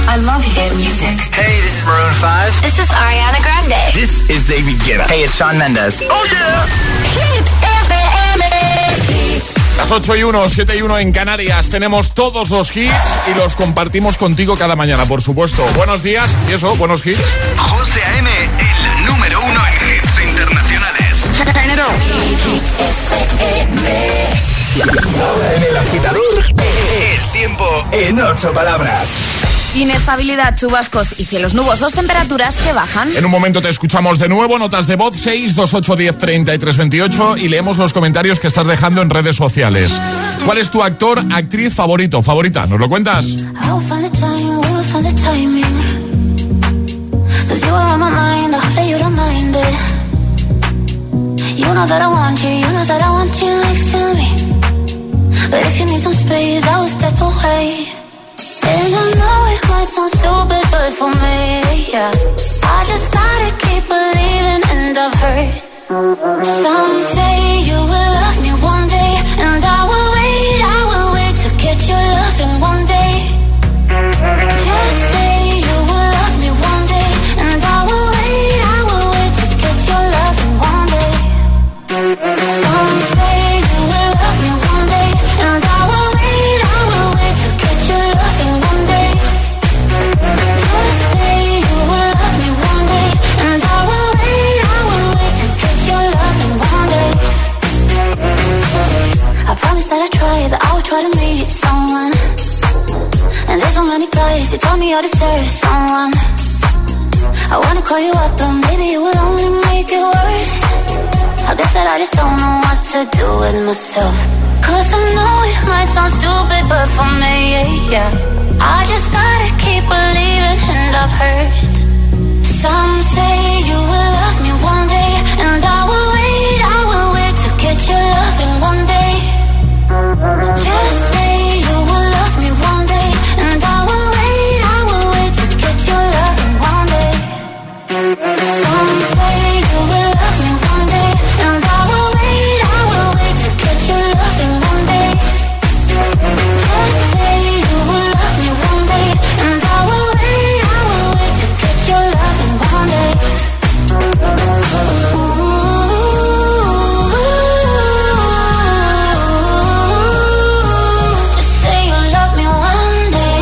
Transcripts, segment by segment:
I love hit music. Hey, this is Maroon 5. This is Ariana Grande. This is David Guetta. Hey, it's Shawn Mendes. Oh yeah. Hit FM. Las 8:01, 7:01 en Canarias. Tenemos todos los hits y los compartimos contigo cada mañana, por supuesto. Buenos días y eso, buenos hits. José A.M., el número 1 en hits internacionales. Turn it on. Ahora en el agitador, el tiempo en 8 palabras. Inestabilidad, chubascos y cielos nubosos, temperaturas que bajan. En un momento te escuchamos de nuevo, notas de voz 628103328 y leemos los comentarios que estás dejando en redes sociales. ¿Cuál es tu actor, actriz favorita? ¿Nos lo cuentas? And I know it might sound stupid, but for me, yeah, I just gotta keep believing, and I've heard some say you will love me one day, and I will wait to get your loving one day. Just say you will love me one day, and I will wait to get your loving one day. Some say you will love me one day, and I will wait to get your loving one day. Just say you will love me one day, and I will wait to get your loving one day. I promise that I would try to meet someone. And there's so many guys who told me I deserve someone. I wanna call you up, but maybe it will only make it worse. I guess that I just don't know what to do with myself. Cause I know it might sound stupid, but for me, yeah, I just gotta keep believing, and I've heard some say you will love me one day, and I will wait to get your loving one day. Just say you will love me one day, and I will wait to get your loving one day. Some say you will love me one day, and I will wait to get your loving one day. Just say you will love me one day, and I will wait to get your loving one day. Just say you love me one day.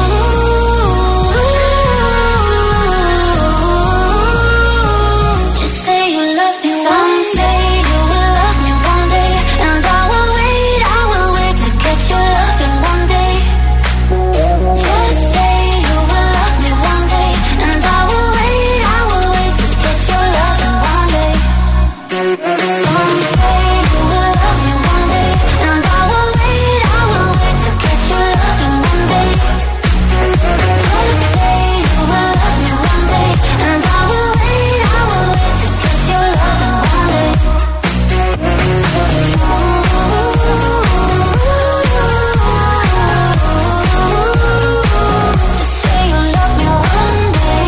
Just say you love me. Some say you will love me one day, and I will wait to get your loving one day. Just say you will love me one day, and I will wait to get your loving one day. Some say you will love me one day, and I will wait to get your loving one day. Just say you will love me one day, and I will wait to get your loving one day. Just say you love me one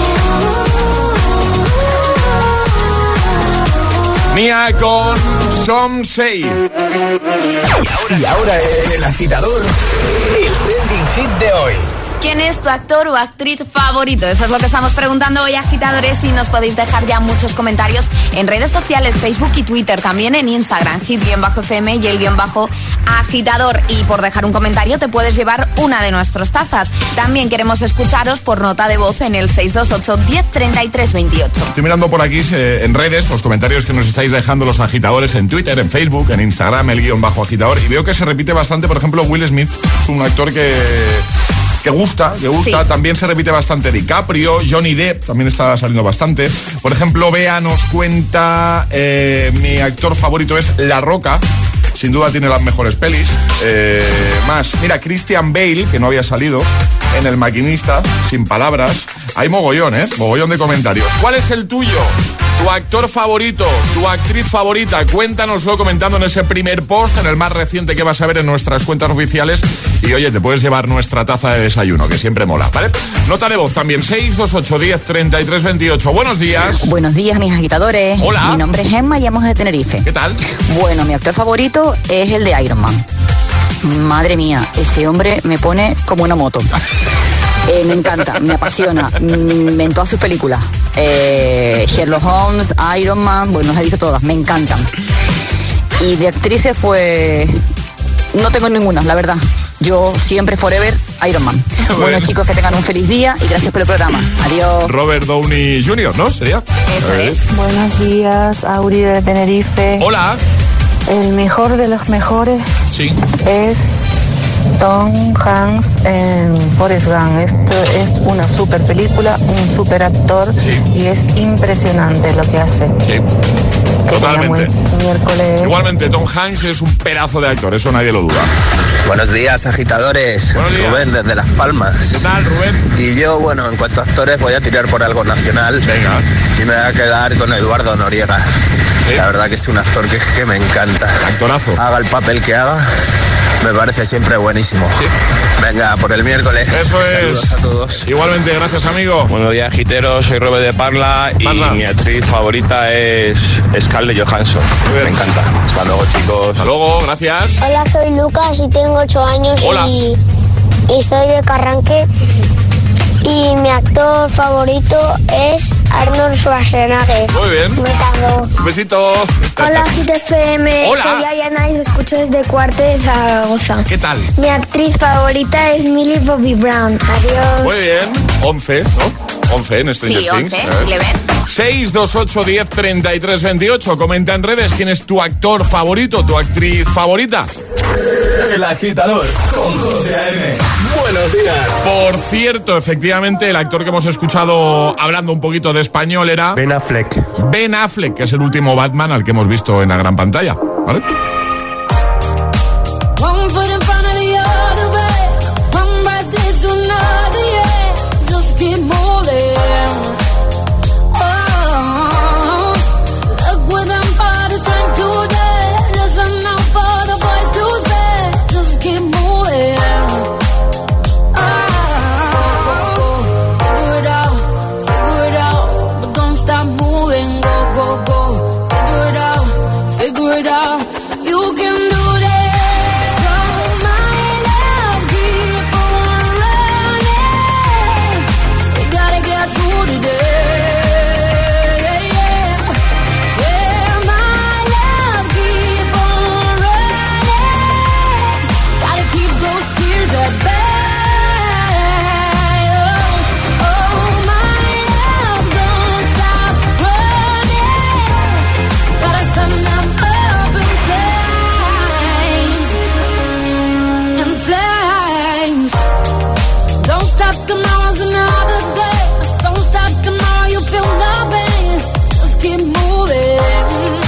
day. Mía con Some Say. Y ahora en el agitador, el trending hit de hoy. ¿Quién es tu actor o actriz favorito? Eso es lo que estamos preguntando hoy, agitadores, y nos podéis dejar ya muchos comentarios en redes sociales, Facebook y Twitter, también en Instagram, hit_fm y _agitador. Y por dejar un comentario te puedes llevar una de nuestras tazas. También queremos escucharos por nota de voz en el 628 1033 28. Estoy mirando por aquí en redes los comentarios que nos estáis dejando los agitadores en Twitter, en Facebook, en Instagram, el _agitador. Y veo que se repite bastante, por ejemplo, Will Smith. Es un actor que gusta. Sí. También se repite bastante DiCaprio, Johnny Depp también está saliendo bastante. Por ejemplo, Bea nos cuenta, mi actor favorito es La Roca. Sin duda tiene las mejores pelis. Más, mira, Christian Bale, que no había salido en El Maquinista, Sin Palabras. Hay mogollón, mogollón de comentarios. ¿Cuál es el tuyo? Tu actor favorito, tu actriz favorita, cuéntanoslo comentando en ese primer post, en el más reciente que vas a ver en nuestras cuentas oficiales. Y oye, te puedes llevar nuestra taza de desayuno, que siempre mola, ¿vale? Nota de voz también, 628 1033 28. Buenos días. Buenos días, mis agitadores. Hola. Mi nombre es Emma y llamamos de Tenerife. ¿Qué tal? Bueno, mi actor favorito es el de Iron Man. Madre mía, ese hombre me pone como una moto. Me encanta, me apasiona. En todas sus películas. Sherlock Holmes, Iron Man, bueno, las he visto todas, me encantan. Y de actrices, pues, no tengo ninguna, la verdad. Yo siempre, forever, Iron Man. Bueno, chicos, que tengan un feliz día y gracias por el programa. Adiós. Robert Downey Jr., ¿no? ¿Sería? Eso es. Buenos días, Auri de Tenerife. Hola. El mejor de los mejores Sí. es Tom Hanks en Forrest Gump. Esto es una super película, un super actor, Sí. y es impresionante lo que hace. Sí. Que Totalmente. tengamos miércoles. Igualmente, Tom Hanks es un pedazo de actor, eso nadie lo duda. Buenos días, agitadores. Buenos días. Rubén, desde Las ¿Qué Palmas. tal, Rubén? Y yo, bueno, en cuanto a actores, voy a tirar por algo nacional. Venga. Y me voy a quedar con Eduardo Noriega. Sí. La verdad que es un actor que me encanta. Actorazo. Haga el papel que haga, me parece siempre buenísimo. Sí. Venga, por el miércoles. Eso es. Saludos a todos. Igualmente, gracias, amigo. Buenos días, giteros, soy Robert de Parla y Parla. mi actriz favorita es Scarlett Johansson. bien. Me encanta. Hasta luego, chicos. Hasta luego, gracias. Hola, soy Lucas y tengo 8 años. Hola. Y soy de Carranque. Y mi actor favorito es Arnold Schwarzenegger. Muy bien. Un besazo. Un besito. Hola, GTFM. Hola. Soy Ariana y os escucho desde Cuarte de Zaragoza. ¿Qué tal? Mi actriz favorita es Millie Bobby Brown. Adiós. Muy bien. 11, ¿no? 11 en Stranger Sí, Things. 11, ¿le ven? 628 10 33 28. Comenta en redes quién es tu actor favorito, tu actriz favorita. El agitador con José A.M. Buenos días. Por cierto, efectivamente, el actor que hemos escuchado hablando un poquito de español era Ben Affleck. Ben Affleck, que es el último Batman al que hemos visto en la gran pantalla. ¿Vale? One foot in front of the other way. One breath leads to another, yeah. Just keep moving. Oh, look what them parties trying to do. Listen now for the boys to say. Just keep moving. Oh, figure it out, but don't stop moving. Go, go, go. Figure it out. You can do this. So my love, keep on running. You gotta get through today. Yeah, my love, keep on running. Gotta keep those tears at bay. Oh, my love, don't stop running. Gotta send them up in flames. Don't stop, tomorrow's another day. Don't stop, tomorrow you feel the pain. Just keep moving.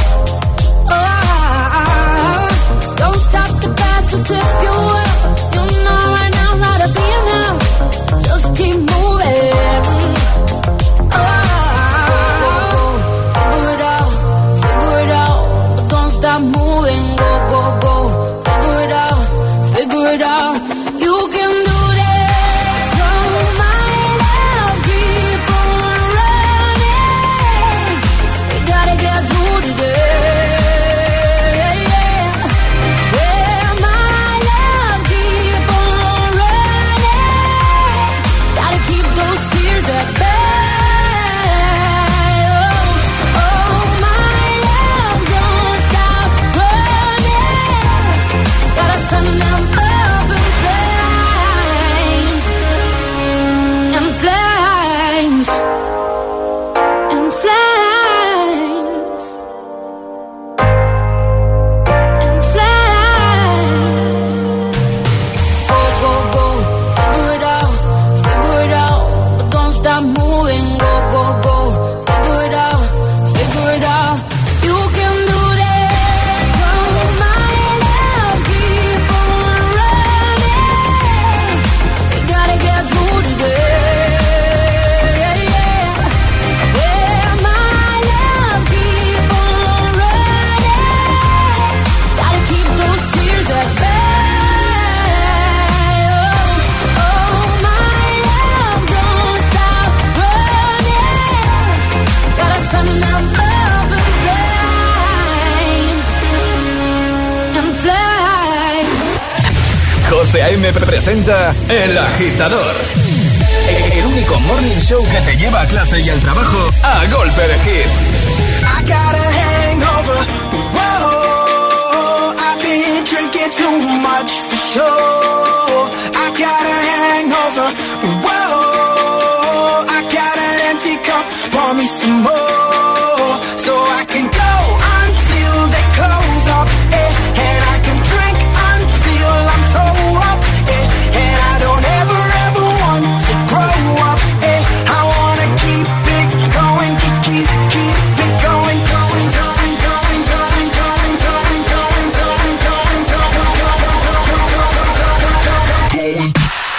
Oh, don't stop the past to trip you up. You know right now how to be now. Just keep moving. Oh, figure it out, but don't stop moving. Go, go, go. Figure it out. You can do this. So my love, keep on running. We gotta get through today. Yeah, my love, keep on running. Gotta keep those tears at bay. Oh, my love, don't stop running. Gotta send them up in flames. In flames. In flames. In flames. Go, go, go. Figure it out, but don't stop moving. Go, go, go. Figure it out. You can do this. Oh, my love, keep on running. We gotta get through today. Yeah, my love, keep on running. Gotta keep those tears at bay. Oh, my love, don't stop running. Gotta send them up in flames. In flames. José A.M. presenta El Agitador. morning show que te lleva a clase y al trabajo a golpe de hits. I got a hangover, whoa, I've been drinking too much for sure. I got a hangover, whoa, I got an empty cup, pour me some more, so I can go until they close up, and I can drink until I'm toe up, and I don't ever want to grow up, I wanna keep it going, keep it going, going, going, going, going, going, going, going, going, going, going.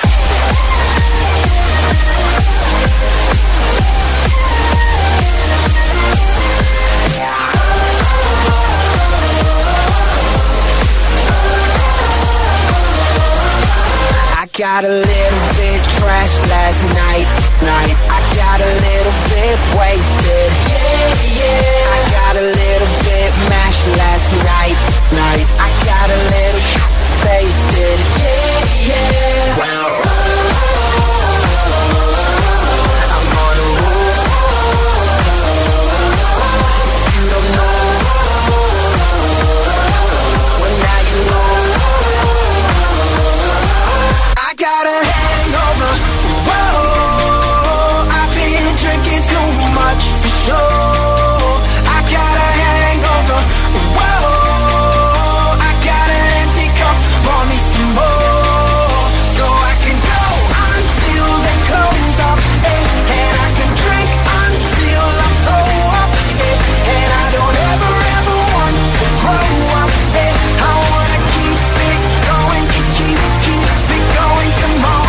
Got a little bit trashed last night. I got a little bit wasted. I got a little bit mashed last night. I got a little wasted. Wow. I'm on a roll. You don't know. Well, now you know. Got a hangover, whoa, I've been drinking too much for sure. I got a hangover, whoa, I got an empty cup, pour me some more, so I can go until they close up, and I can drink until I'm toe up, and I don't ever want to grow up, I wanna keep it going, keep it going, come on.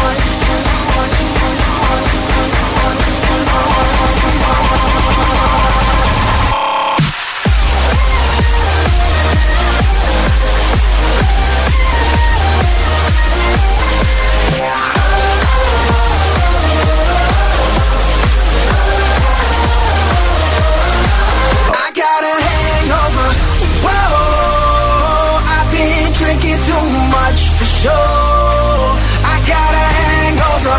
I got a hangover, whoa, I've been drinking too much for sure. I got a hangover,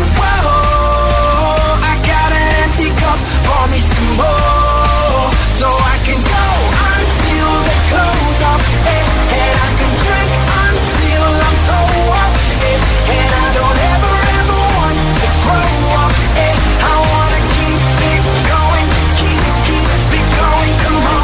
whoa, I got an empty cup, pour me some more, so I can go until they close up, and I can drink until I'm toe up, and I don't ever want to grow up, I wanna keep it going, keep it going, come on.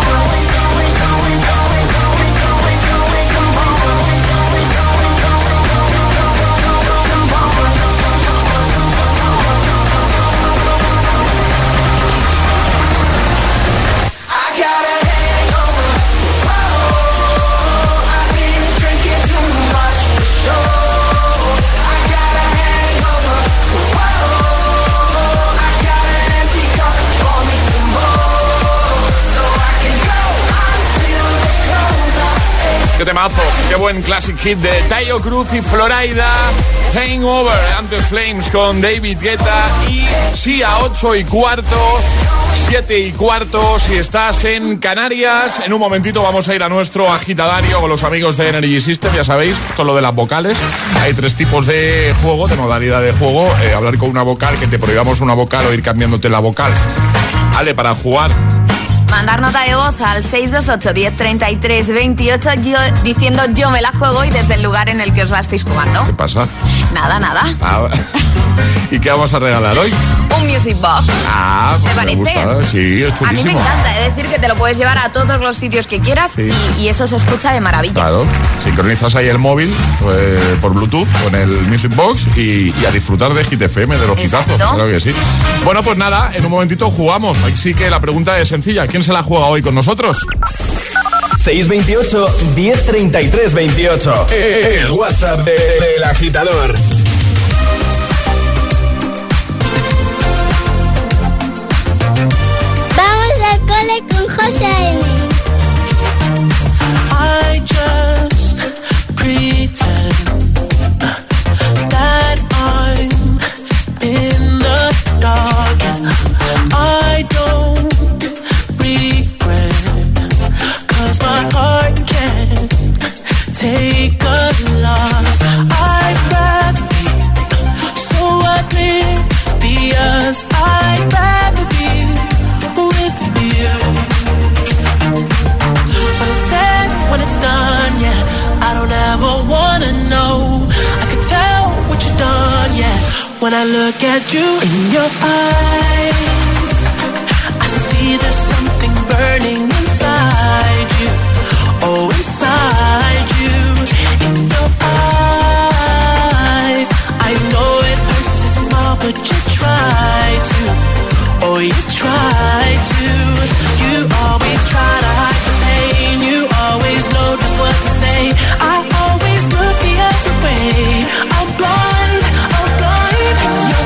Qué temazo, qué buen classic hit de Taio Cruz y Florida. Hangover, antes Flames con David Guetta. Y sí, a 8:15, 7:15, si estás en Canarias. En un momentito vamos a ir a nuestro agitadario con los amigos de Energy System. Ya sabéis, esto es lo de las vocales. Hay 3 tipos de juego, de modalidad de juego. Hablar con una vocal, que te prohibamos una vocal o ir cambiándote la vocal. Vale, para jugar. Mandar nota de voz al 628 1033 28 diciendo yo me la juego y desde el lugar en el que os la estáis jugando. ¿Qué pasa? Nada. ¿Y qué vamos a regalar hoy? Un Music Box. Pues ¿te parece? Me gusta. Sí, es chulísimo. A mí me encanta, es decir que te lo puedes llevar a todos los sitios que quieras, sí. y eso se escucha de maravilla. Claro, sincronizas ahí el móvil por Bluetooth con el Music Box y a disfrutar de Hit FM, de los hitazos. Claro que sí. Bueno, pues nada, en un momentito jugamos. Así que la pregunta es sencilla. ¿Quién se la juega hoy con nosotros? 628 1033 28. El WhatsApp del agitador. Vamos al cole con José. I just pretend that I'm in the dark. I don't regret, 'cause my heart can't take a loss. I'd rather be so oblivious when I look at you. In your eyes, I see there's something burning inside you. Oh, inside you. In your eyes, I know it hurts to smile, but you try to. Oh, you try to. You always try to hide the pain. You always know just what to say. I always look the other way. I'm blind in your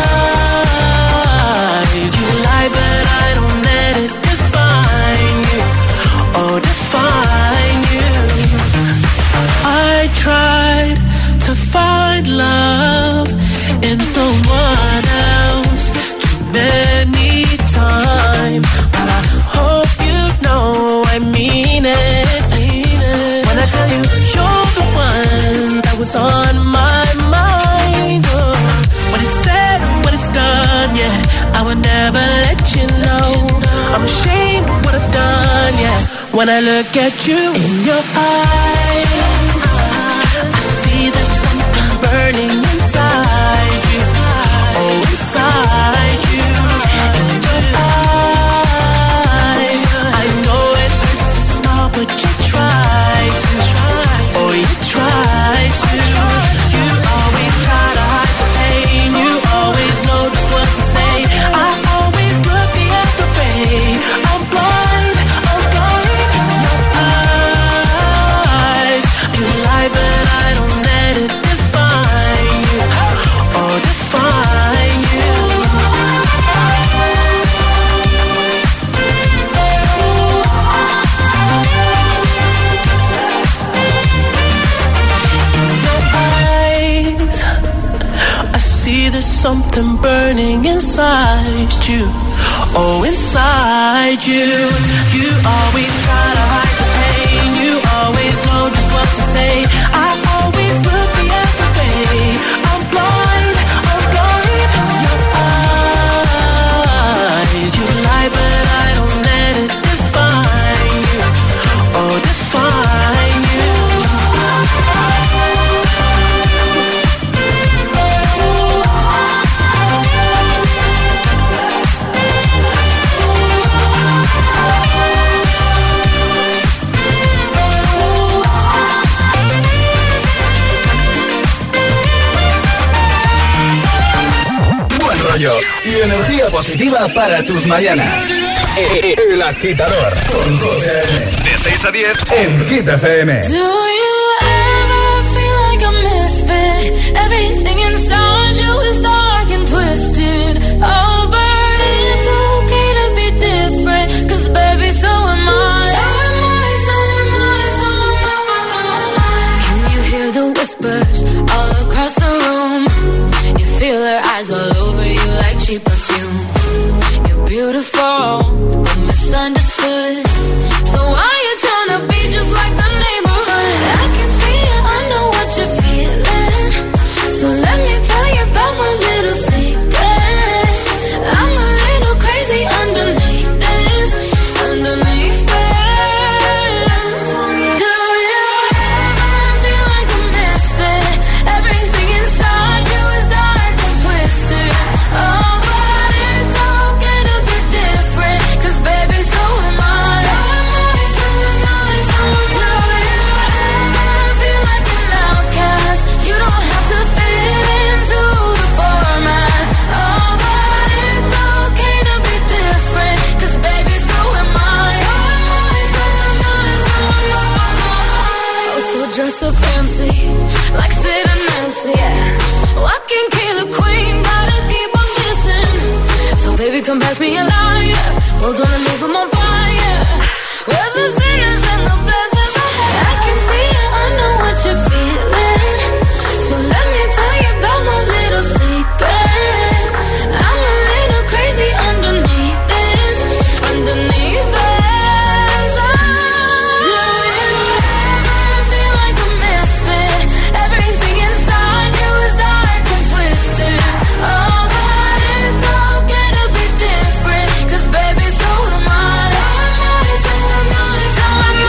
eyes. You lie, but I don't let it define you. Oh, define you. I tried to find love in someone else too many times. But I hope you know I mean it. When I tell you you're the one that was on my mind. Oh, when it's said and when it's done, yeah, I would never let you know. I'm ashamed of what I've done, yeah. When I look at you in your eyes, I see there's something burning inside you. Oh, inside you. In your eyes, I know it hurts to smile, but you try to. Oh, you try to. You always try to hide the pain. You always know just what to say. I always look the other way. I'm blind in your eyes. You lie, but I don't let it define you. Oh, define you. There's something burning inside you. Oh, inside you. You always try to hide the pain. You always know just what to say. I always look the other way. I'm blind in your eyes. You lie, but I don't let it define you. Oh, define you. Y energía positiva para tus mañanas. El Agitador con José M. De 6 a 10 en Hit FM. Do you ever feel like a misfit? Everything inside you is dark and twisted. Oh, but it's okay to be different. 'Cause baby, so am I. Can you hear the whispers all across the room? You feel their eyes all over you like cheap perfume. You're beautiful, but misunderstood. So why you tryna be just like the neighborhood? I can see it, I know what you're feeling. So let me tell you about my little secret. I'm a little crazy underneath this, underneath this. Do you ever feel like a misfit? Everything inside you is dark and twisted. Oh, but it's okay to be different. 'Cause baby, so am I. So am I, so am I, so am I. Do you ever feel like an outcast? You don't have to fit into the format. Oh, but it's okay to be different. 'Cause baby, so am I. So am I, so am I, so am I. Oh, so dress up fancy, like Sid and Nancy, yeah. Oh, I can kill a queen, gotta keep on kissing. So baby, come pass me a lighter. We're gonna leave them on fire. We're the sinners and the blessings. I can see it, I know what you're feeling. So let me tell you about my little secret. I'm a little crazy underneath this, underneath this. Do you ever feel like a misfit? Everything inside you is dark and twisted. Oh, but it's okay to be different. 'Cause baby, so am I. So am I, so am I, so am I.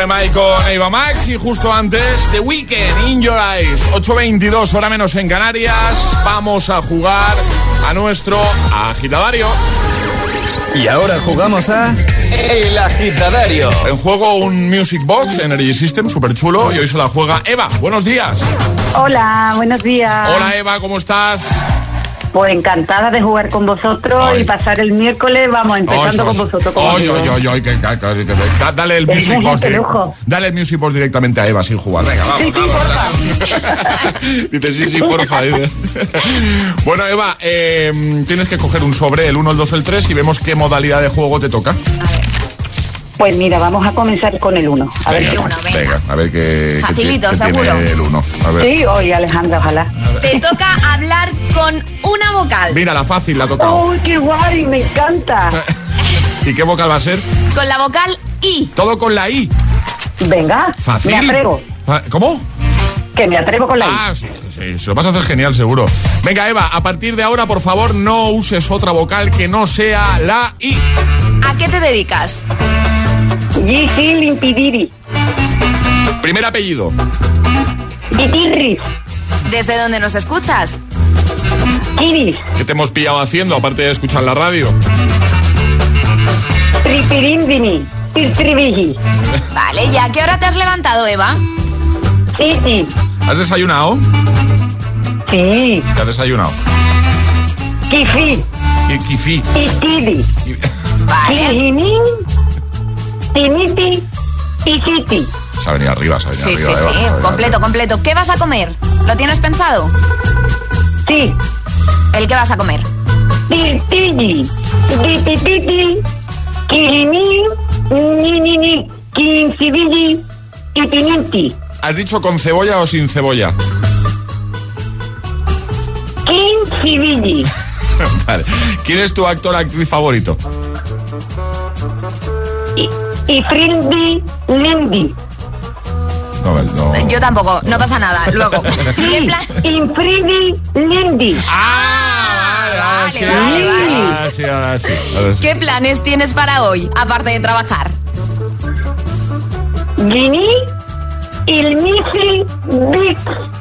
EMI con Eva Max y justo antes The Weeknd, In Your Eyes. 8:22, hora menos en Canarias. Vamos a jugar a nuestro agitadario. Y ahora jugamos a El Agitadario. En juego un Music Box Energy System súper chulo y hoy se la juega Eva. Buenos días. Hola, buenos días. Hola Eva, ¿cómo estás? Pues encantada de jugar con vosotros y pasar el miércoles, vamos, empezando con vosotros. Dale el Music Box dale el Music Box directamente a Eva sin jugar. Venga, vamos. Sí, porfa. Dice sí, porfa. Bueno, Eva, tienes que coger un sobre, el 1, el 2, el 3 y vemos qué modalidad de juego te toca. Pues mira, vamos a comenzar con el 1. A ver, venga, a ver qué facilito, qué seguro. Tiene el 1. A ver. Sí, hoy Alejandra, ojalá. Te toca hablar con una vocal. Mira, la fácil la ha tocado. ¡Uy, qué guay! Me encanta. ¿Y qué vocal va a ser? Con la vocal I. Todo con la I. Venga, fácil. Me atrevo. ¿Cómo? Que me atrevo con la I. Sí, se lo vas a hacer genial, seguro. Venga, Eva, a partir de ahora, por favor, no uses otra vocal que no sea la I. ¿A qué te dedicas? Gigi Limpidiri. Primer apellido. Vitirris. ¿Desde dónde nos escuchas? Kiris. ¿Qué te hemos pillado haciendo, aparte de escuchar la radio? Tripirindini. Tirtrivigi. Vale, ¿y a qué hora te has levantado, Eva? Sí. ¿Has desayunado? Sí. ¿Qué has desayunado? Kifi. Kifi. Itidi. Vale. Kijinin. Tiniti. Isiti. Se ha venido arriba, Eva. Sí, completo. ¿Qué vas a comer? ¿Lo tienes pensado? Sí. ¿El qué vas a comer? Tirtigi. Titititi. Kijinin. Ninini. Kinsibigi. Titininti. ¿Has dicho con cebolla o sin cebolla? Kinsibigi. Vale. ¿Quién es tu actor o actriz favorito? Y Frindi Lindy. No. Yo tampoco, no pasa nada. Luego, ¿qué plan? Infridi Lindy. Ahora sí. ¿Qué planes tienes para hoy, aparte de trabajar? Gini il Misi Big.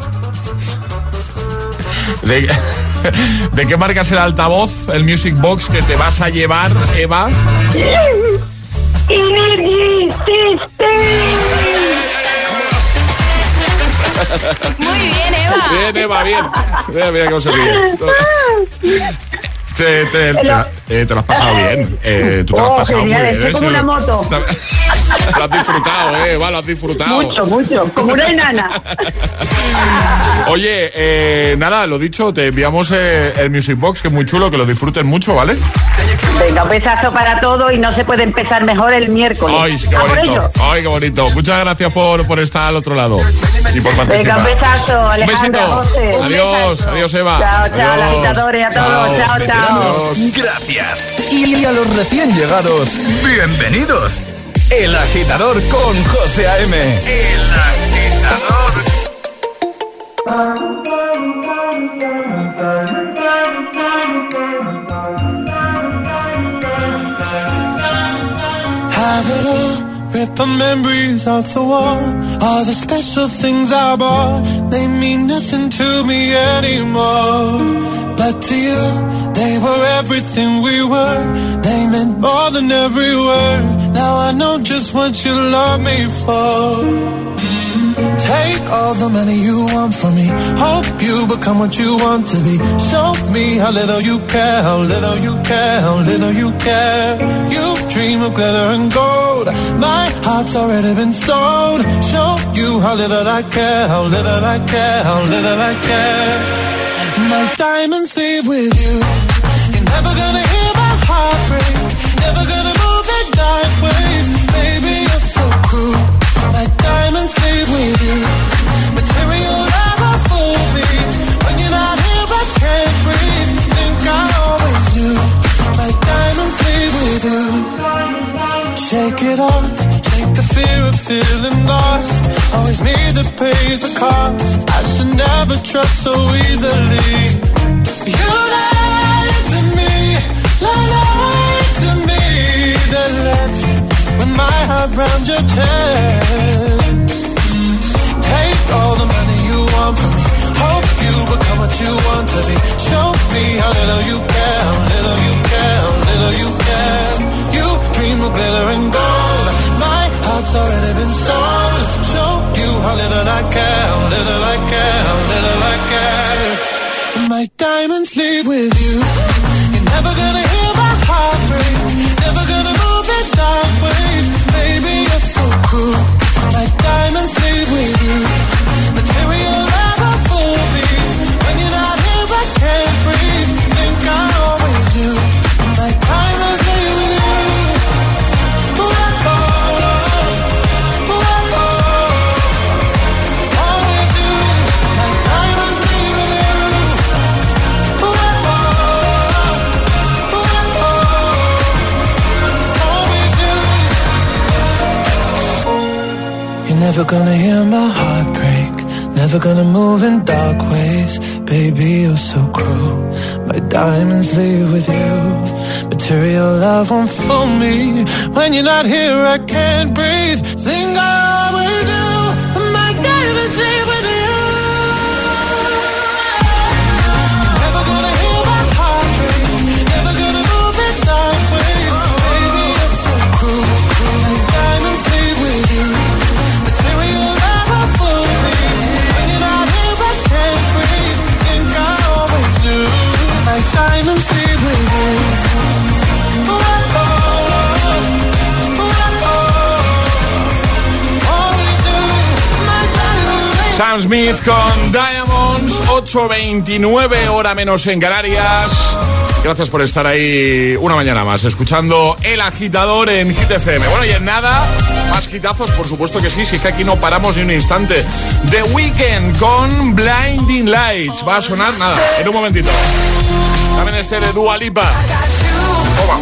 ¿De qué marca es el altavoz, el Music Box que te vas a llevar, Eva? Energy System. Muy bien, Eva. Bien, Eva, bien. Mira cómo se ríe. Te lo has pasado bien. Tú te lo has pasado genial, muy bien. Es como una moto. Lo has disfrutado, Eva, lo has disfrutado. Mucho, como una enana. Oye, nada, lo dicho, te enviamos el Music Box, que es muy chulo, que lo disfruten mucho, ¿vale? Venga, un besazo para todos y no se puede empezar mejor el miércoles. Ay, qué bonito. Ay, qué bonito. Muchas gracias por estar al otro lado y por participar. Venga, un besazo, Alejandra. Un besito. Adiós, Eva. Chao, los agitadores, a todos. Chao. Gracias. Y a los recién llegados, bienvenidos. El Agitador con José A.M. El Agitador. Have it all, rip the memories of the war. All the special things I bought, they mean nothing to me anymore. But to you, they were everything we were. They meant more than every word. Now I know just what you love me for. Take all the money you want from me. Hope you become what you want to be. Show me how little you care, how little you care, how little you care. You dream of glitter and gold. My heart's already been sold. Show you how little I care, how little I care, how little I care. My diamonds leave with you. You're never gonna hear my heart break. Never gonna move in dark ways. Baby, you're so cruel. My diamonds leave with you. Material never fooled me. When you're not here, I can't breathe. Think I always knew. My diamonds leave with you. Shake it off. Take the fear of feeling lost. Always me that pays the cost. I should never trust so easily. You lied to me. Lied to me. Then left when my heart round your chest. Take all the money you want from me. Hope you become what you want to be. Show me how little you care, how little you care, how little you care. You dream of glitter and gold. My heart's already been sold. Show you how little I care, how little I care, how little I care. My diamonds leave with you. You're never gonna hear my heart break. Never gonna move in dark ways. Baby, you're so cruel. My diamonds leave with you. Material never fool me. When you're not here, I can't breathe. Think I always knew. My diamonds leave with you. Ooh, oh, ooh, oh, always knew. My diamonds leave with you. Ooh, oh, always knew. You're never gonna hear my heart break. Never gonna move in dark ways. Baby, you're so cruel. My diamonds leave with you. Material love won't fool me. When you're not here, I can't breathe. Think I always do. My diamonds leave with you. Never gonna hear my heart break. Never gonna move in dark ways. Baby, you're so cruel. My diamonds leave with you. Material love won't fool me. When you're not here, I can't breathe. Think I always do. My diamonds leave with you. Ooh, oh, ooh, oh, always do. My diamonds. Sam Smith con Diamonds, 8:29, hora menos en Canarias. Gracias por estar ahí una mañana más, escuchando El Agitador en Hit FM. Bueno, y en nada, más hitazos, por supuesto que sí, si es que aquí no paramos ni un instante. The Weeknd con Blinding Lights. Va a sonar, nada, en un momentito. También este de Dua Lipa. Toma.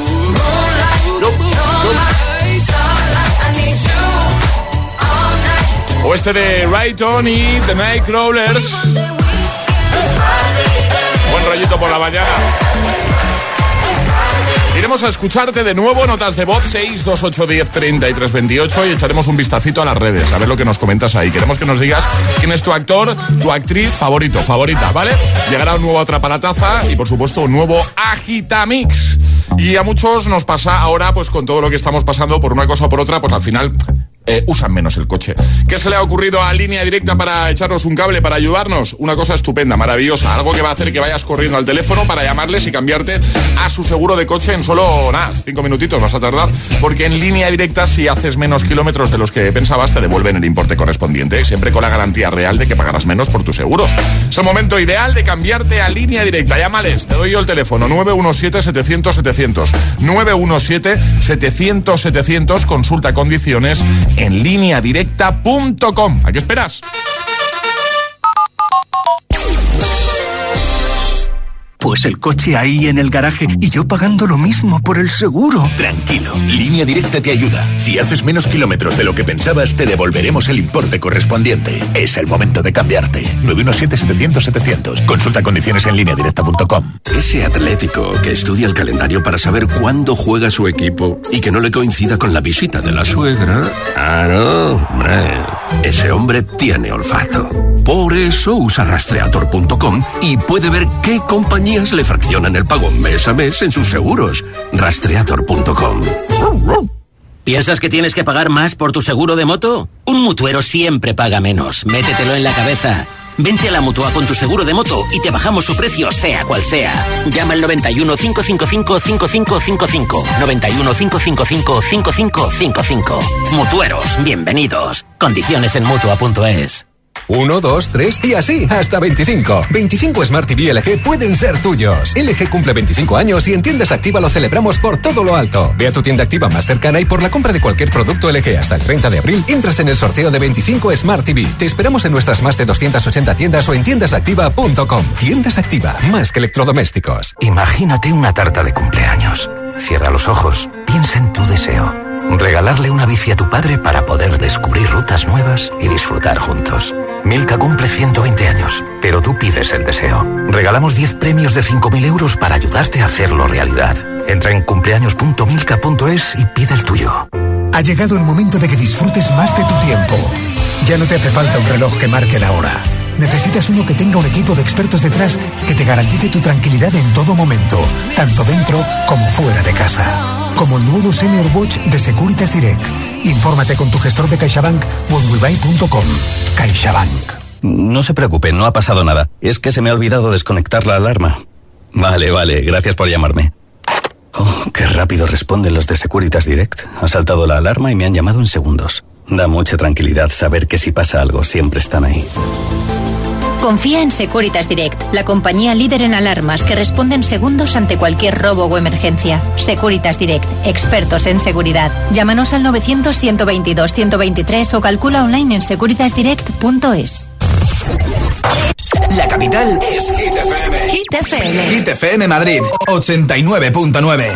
O este de Rayton y The Nightcrawlers. Buen rollito por la mañana. Iremos a escucharte de nuevo, notas de voz 628103328 y echaremos un vistacito a las redes, a ver lo que nos comentas ahí. Queremos que nos digas quién es tu actor, tu actriz favorita, ¿vale? Llegará un nuevo Atrapalataza y por supuesto un nuevo Agitamix. Y a muchos nos pasa ahora, pues con todo lo que estamos pasando por una cosa o por otra, pues al final usan menos el coche. ¿Qué se le ha ocurrido a Línea Directa para echarnos un cable, para ayudarnos? Una cosa estupenda, maravillosa, algo que va a hacer que vayas corriendo al teléfono para llamarles y cambiarte a su seguro de coche en solo, 5 minutitos vas a tardar, porque en Línea Directa, si haces menos kilómetros de los que pensabas, te devuelven el importe correspondiente, siempre con la garantía real de que pagarás menos por tus seguros. Es el momento ideal de cambiarte a Línea Directa. Llámales, te doy yo el teléfono, 917-700-700, 917-700-700, consulta condiciones en lineadirecta.com. ¿A qué esperas? Pues el coche ahí en el garaje y yo pagando lo mismo por el seguro. Tranquilo, Línea Directa te ayuda. Si haces menos kilómetros de lo que pensabas, te devolveremos el importe correspondiente. Es el momento de cambiarte. 917-700-700. Consulta condiciones en lineadirecta.com. Ese atlético que estudia el calendario para saber cuándo juega su equipo y que no le coincida con la visita de la suegra. Ah, no, hombre. Ese hombre tiene olfato. Por eso usa Rastreator.com y puede ver qué compañías le fraccionan el pago mes a mes en sus seguros. Rastreator.com. ¿Piensas que tienes que pagar más por tu seguro de moto? Un mutuero siempre paga menos. Métetelo en la cabeza. Vente a la Mutua con tu seguro de moto y te bajamos su precio, sea cual sea. Llama al 91 555 5555. 91 555 5555. Mutueros, bienvenidos. Condiciones en Mutua.es. 1, 2, 3 y así hasta 25. 25 Smart TV LG pueden ser tuyos. LG cumple 25 años y en Tiendas Activa lo celebramos por todo lo alto. Ve a tu tienda Activa más cercana y por la compra de cualquier producto LG hasta el 30 de abril entras en el sorteo de 25 Smart TV. Te esperamos en nuestras más de 280 tiendas o en tiendasactiva.com. Tiendas Activa, más que electrodomésticos. Imagínate una tarta de cumpleaños. Cierra los ojos, piensa en tu deseo. Regalarle una bici a tu padre para poder descubrir rutas nuevas y disfrutar juntos. Milka cumple 120 años, pero tú pides el deseo. Regalamos 10 premios de 5.000 euros para ayudarte a hacerlo realidad. Entra en cumpleaños.milka.es y pide el tuyo. Ha llegado el momento de que disfrutes más de tu tiempo. Ya no te hace falta un reloj que marque la hora. Necesitas uno que tenga un equipo de expertos detrás que te garantice tu tranquilidad en todo momento, tanto dentro como fuera de casa. Como el nuevo Senior Watch de Securitas Direct. Infórmate con tu gestor de CaixaBank o en webuy.com. CaixaBank. No se preocupe, no ha pasado nada. Es que se me ha olvidado desconectar la alarma. Vale, gracias por llamarme. Oh, qué rápido responden los de Securitas Direct. Ha saltado la alarma y me han llamado en segundos. Da mucha tranquilidad saber que si pasa algo siempre están ahí. Confía en Securitas Direct, la compañía líder en alarmas que responde en segundos ante cualquier robo o emergencia. Securitas Direct, expertos en seguridad. Llámanos al 900-122-123 o calcula online en securitasdirect.es. La capital es Hit FM. Hit FM. Hit FM Madrid, 89.9.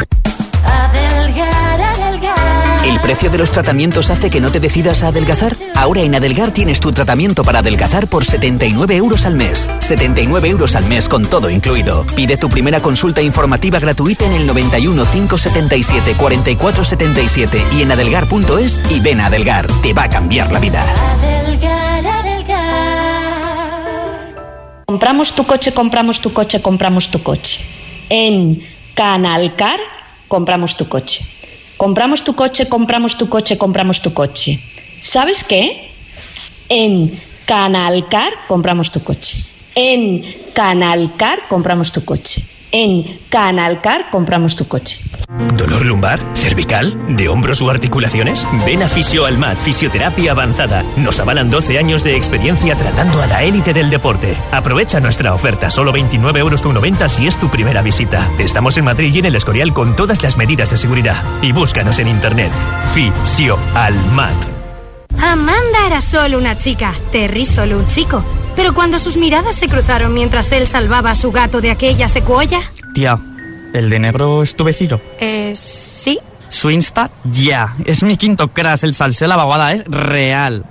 ¿El precio de los tratamientos hace que no te decidas a adelgazar? Ahora en Adelgar tienes tu tratamiento para adelgazar por 79 euros al mes. 79 euros al mes con todo incluido. Pide tu primera consulta informativa gratuita en el 91 577 44 77 y en adelgar.es y ven a Adelgar. Te va a cambiar la vida. Compramos tu coche, compramos tu coche, compramos tu coche. En Canalcar compramos tu coche. Compramos tu coche, compramos tu coche, compramos tu coche. ¿Sabes qué? En Canalcar compramos tu coche. En Canalcar compramos tu coche. En Canalcar compramos tu coche. ¿Dolor lumbar? ¿Cervical? ¿De hombros u articulaciones? Ven a Fisio-Almat, fisioterapia avanzada. Nos avalan 12 años de experiencia tratando a la élite del deporte. Aprovecha nuestra oferta, solo 29,90 € si es tu primera visita. Estamos en Madrid y en El Escorial con todas las medidas de seguridad. Y búscanos en internet. Fisio-Almat. Amanda era solo una chica, Terry solo un chico. Pero cuando sus miradas se cruzaron mientras él salvaba a su gato de aquella secuoya... Tía, ¿el de negro es tu vecino? Sí. Su Insta, ya. Es mi quinto crush, el salseo de la vaguada es real.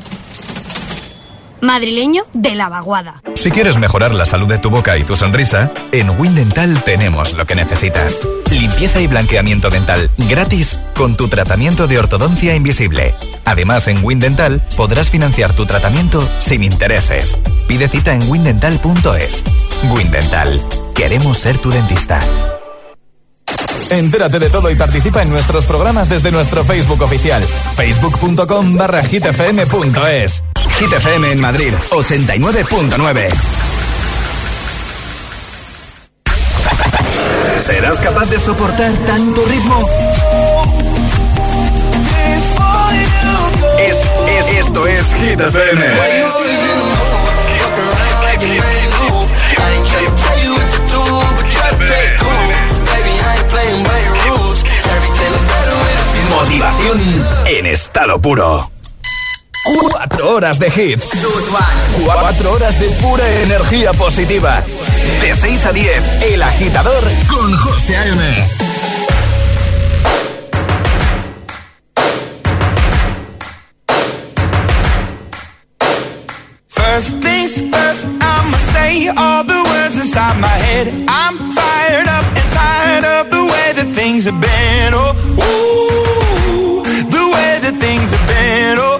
Madrileño de la vaguada. Si quieres mejorar la salud de tu boca y tu sonrisa, en Windental tenemos lo que necesitas. Limpieza y blanqueamiento dental gratis con tu tratamiento de ortodoncia invisible. Además, en Windental podrás financiar tu tratamiento sin intereses. Pide cita en windental.es. Windental. Queremos ser tu dentista. Entérate de todo y participa en nuestros programas desde nuestro Facebook oficial. facebook.com/hitfm.es. Hit FM en Madrid, 89.9. ¿Serás capaz de soportar tanto ritmo? Esto es Hit FM. Motivación en estado puro. 4 horas de hits. 4 horas de pura energía positiva. De 6 a 10, El Agitador con José A.M. First things first, I'ma say all the words inside my head. I'm fired up and tired of the way that things have been. Oh, ooh, the way that things have been. Oh,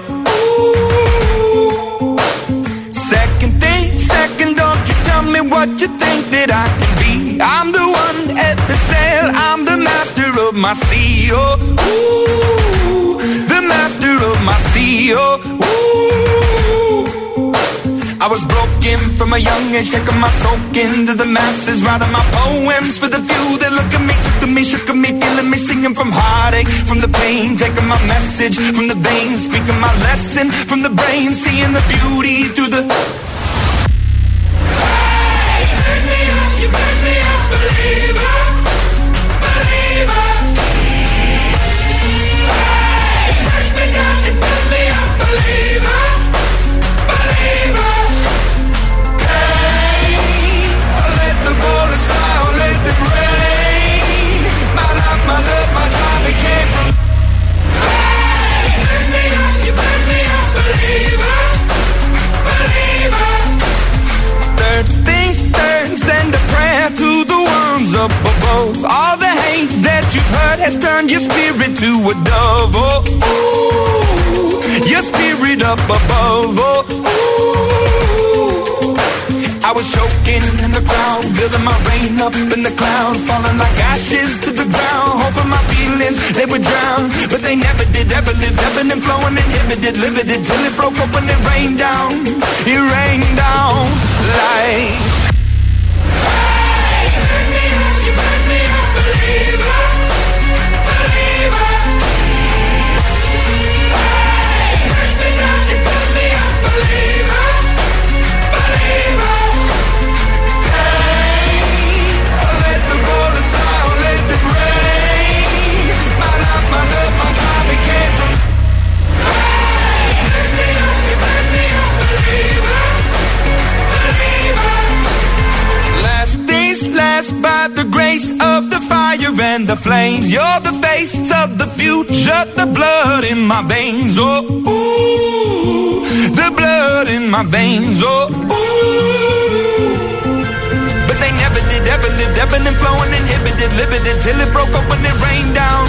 ooh. Second thing, second, don't you tell me what you think that I can be. I'm the one at the sail, I'm the master of my sea. Oh, ooh, the master of my sea. Oh, ooh. I was broken from a young age, taking my soak into the masses, writing my poems for the few that look at me, took to me, shook at me, feeling me, singing from heartache, from the pain, taking my message from the veins, speaking my lesson from the brain, seeing the beauty through the... Hey, burn me up, you burn me up, believer, believer. Hey, burn me down, you burn me up, believer, believer. My love, my drive, it came from. Hey, burn me up, you burn me up, believer, believer. that you've heard has turned your spirit to a dove. Oh, ooh, your spirit up above. Oh, ooh. I was choking in the crowd, building my rain up in the cloud, falling like ashes to the ground, hoping my feelings, they would drown, but they never did, ever lived, ebbing and flowing, inhibited, limited, till it broke up when it rained down. It rained down like... Hey, burn me up, you burn me up, believer, believer. Hey, burn me up, you burn me up, believer, believer. By the grace of the fire and the flames, you're the face of the future, the blood in my veins, oh, ooh, the blood in my veins, oh, ooh. But they never did, ever lived, ebbing and flowing, inhibited, limited, till it broke up when it rained down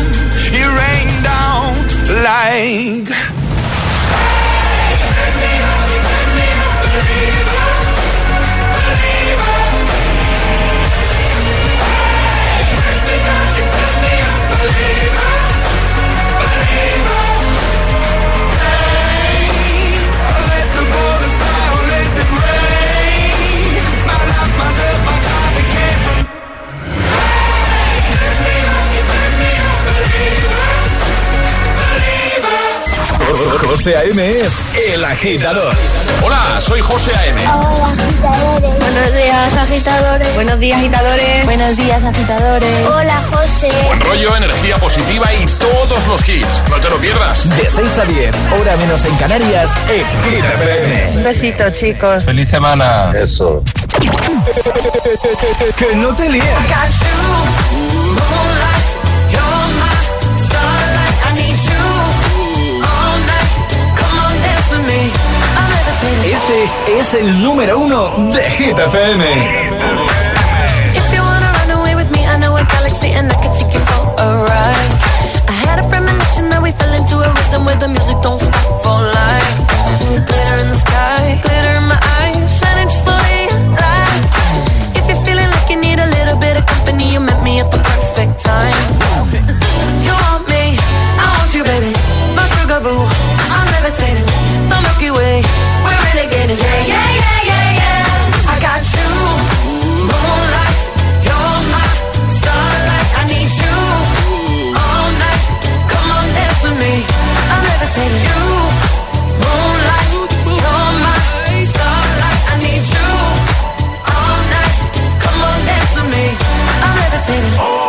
like... Hey, burn me up, you burn me up, believer, believer. José A.M. es El Agitador. Hola, soy José A.M. Hola, agitadores. Buenos días, agitadores. Buenos días, agitadores. Buenos días, agitadores. Hola, José. Buen rollo, energía positiva y todos los hits. No te lo pierdas. De 6 a 10, hora menos en Canarias, en Hit FM. Un besito, chicos. Feliz semana. Eso. Que no te líes. Este es el número 1 de Hit FM. If you wanna run away with me, I know a galaxy and I can take you for a ride. I had a premonition that we fell into a rhythm where the music don't stop for life. Glitter in the sky, glitter in my eyes, shining just the way you like. If you're feeling like you need a little bit of company, you met me at the perfect time. You want me, I want you, baby. My sugar boo, I'm levitating. The Milky Way, we're renegading. Yeah, yeah, yeah, yeah, yeah. I got you, moonlight. You're my starlight. I need you all night. Come on, dance with me. I'm levitating. You, moonlight. You're my starlight. I need you all night. Come on, dance with me. I'm levitating.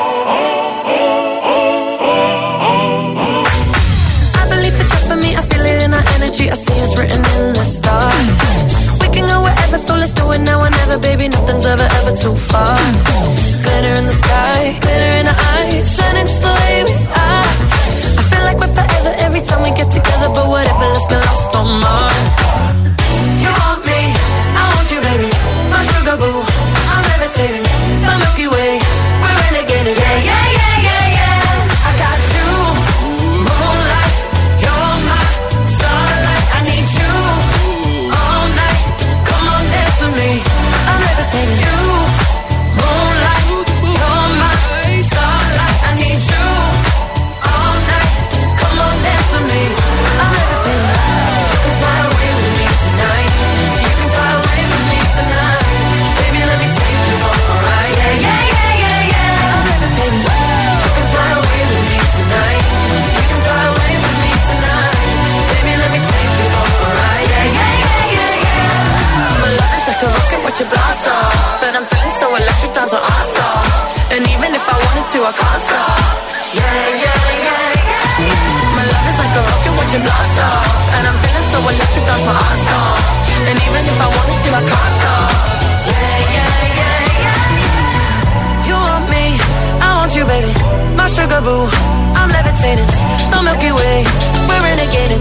I believe that you're for me. I feel it in our energy. I see it's written in the stars. We can go wherever, so let's do it now or never, baby. Nothing's ever, ever too far. Glitter in the sky, glitter in our eyes, shining just the way we are. I feel like we're forever every time we get together, but whatever, let's get lost on Mars. You want me, I want you, baby. My sugar boo, I'm levitating. The Milky Way, we're renegading. Yeah, yeah, yeah, yeah, yeah. I got you, moonlight. You're my starlight. I need you all night. Come on, dance with me. I'm levitating. You, moonlight. You're my starlight. I need you all night. Come on, dance with me. I'm levitating. You can fly away with me tonight. So you can fly away with me tonight. Baby, let me take you for a ride. Yeah, yeah, yeah, yeah, yeah. I'm levitating. You can fly away with me tonight. So you can fly away with me tonight. Baby, let me take you for a ride. Yeah, yeah, yeah, yeah, yeah. My love is like a rocket, watch it blast off. And I'm feeling so electric, dance on our off. And even if I wanted to, I can't stop. Yeah, yeah, yeah, yeah. My love is like a rocket, watch it blast off. And I'm feeling so electric, dance my ass off. And even if I wanted to, I can't stop. Yeah, yeah, yeah, yeah. You want me, I want you, baby. My sugar boo, I'm levitating. The Milky Way, we're renegading.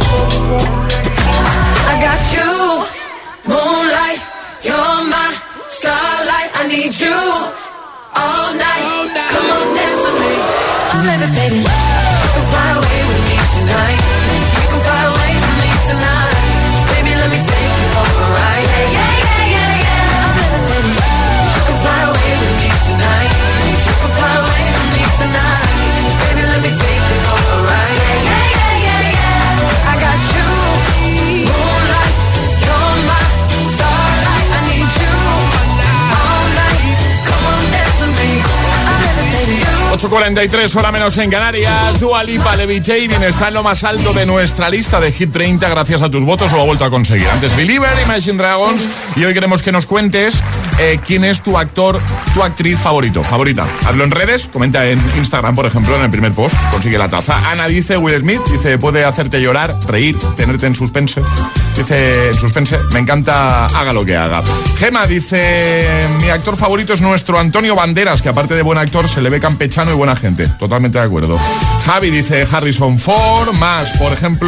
I got you, moonlight. You're my starlight. I need you all night. Come on, dance with me. I'm levitating. You can fly away with me tonight. You can fly away with me tonight. Baby, let me take you for a ride. Yeah, yeah, yeah, yeah. I'm levitating. You can fly away with me tonight. You can fly away with me tonight. Baby, let me take you for a ride. Yeah, yeah, yeah, yeah. I got you, moonlight. You're my starlight. I need you all night. Come on, dance with me. I'm levitating. 8:43, hora menos en Canarias. Dua Lipa, Levitating está en lo más alto de nuestra lista de Hit 30 gracias a tus votos, lo ha vuelto a conseguir. Antes Believer, Imagine Dragons, y hoy queremos que nos cuentes quién es tu actor, tu actriz favorita. Hazlo en redes, comenta en Instagram, por ejemplo, en el primer post, consigue la taza. Ana dice, Will Smith, dice, puede hacerte llorar, reír, tenerte en suspense. Dice, en suspense, me encanta, haga lo que haga. Gema dice, mi actor favorito es nuestro Antonio Banderas, que aparte de buen actor se le ve campechano y buena gente. Totalmente de acuerdo. Javi dice Harrison Ford, más, por ejemplo,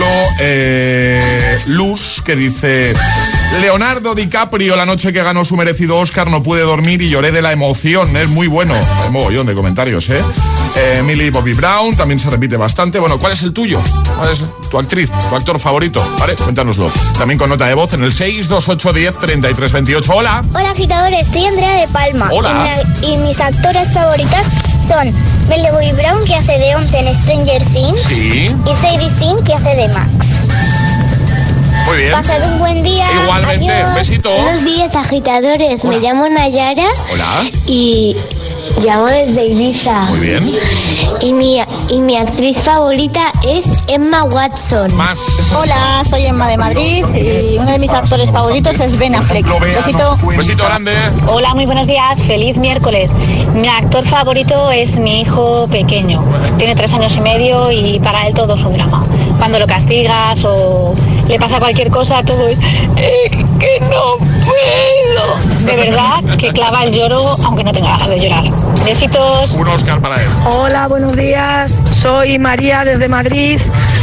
Luz, que dice, Leonardo DiCaprio, la noche que ganó su merecido Oscar no pude dormir y lloré de la emoción. Es muy bueno. Hay mogollón de comentarios, Millie Bobby Brown, también se repite bastante. Bueno, ¿cuál es el tuyo? ¿Cuál es tu actriz, tu actor favorito? ¿Vale? Cuéntanoslo. También con nota de voz en el 628103328. Hola. Hola, agitadores. Soy Andrea de Palma. Hola. Y mis actoras favoritas son Millie Bobby Brown, que hace de 11 en Stranger Things. Sí. Y Sadie Sink, que hace de Max. Muy bien. Pasad un buen día. Igualmente. Adiós. Besito. Buenos días, agitadores. Hola. Me llamo Nayara. Hola. Y llamo desde Ibiza. Muy bien. Y mi actriz favorita es Emma Watson. Más. Hola, soy Emma de Madrid y uno de mis actores favoritos es Ben Affleck. Besito. Besito grande. Hola, muy buenos días. Feliz miércoles. Mi actor favorito es mi hijo pequeño. Tiene 3 años y medio y para él todo es un drama. Cuando lo castigas o le pasa cualquier cosa, todo es que no puedo. De verdad que clava el lloro aunque no tenga ganas de llorar. Besitos. Un Oscar para él. Hola, buenos días. Soy María desde Madrid.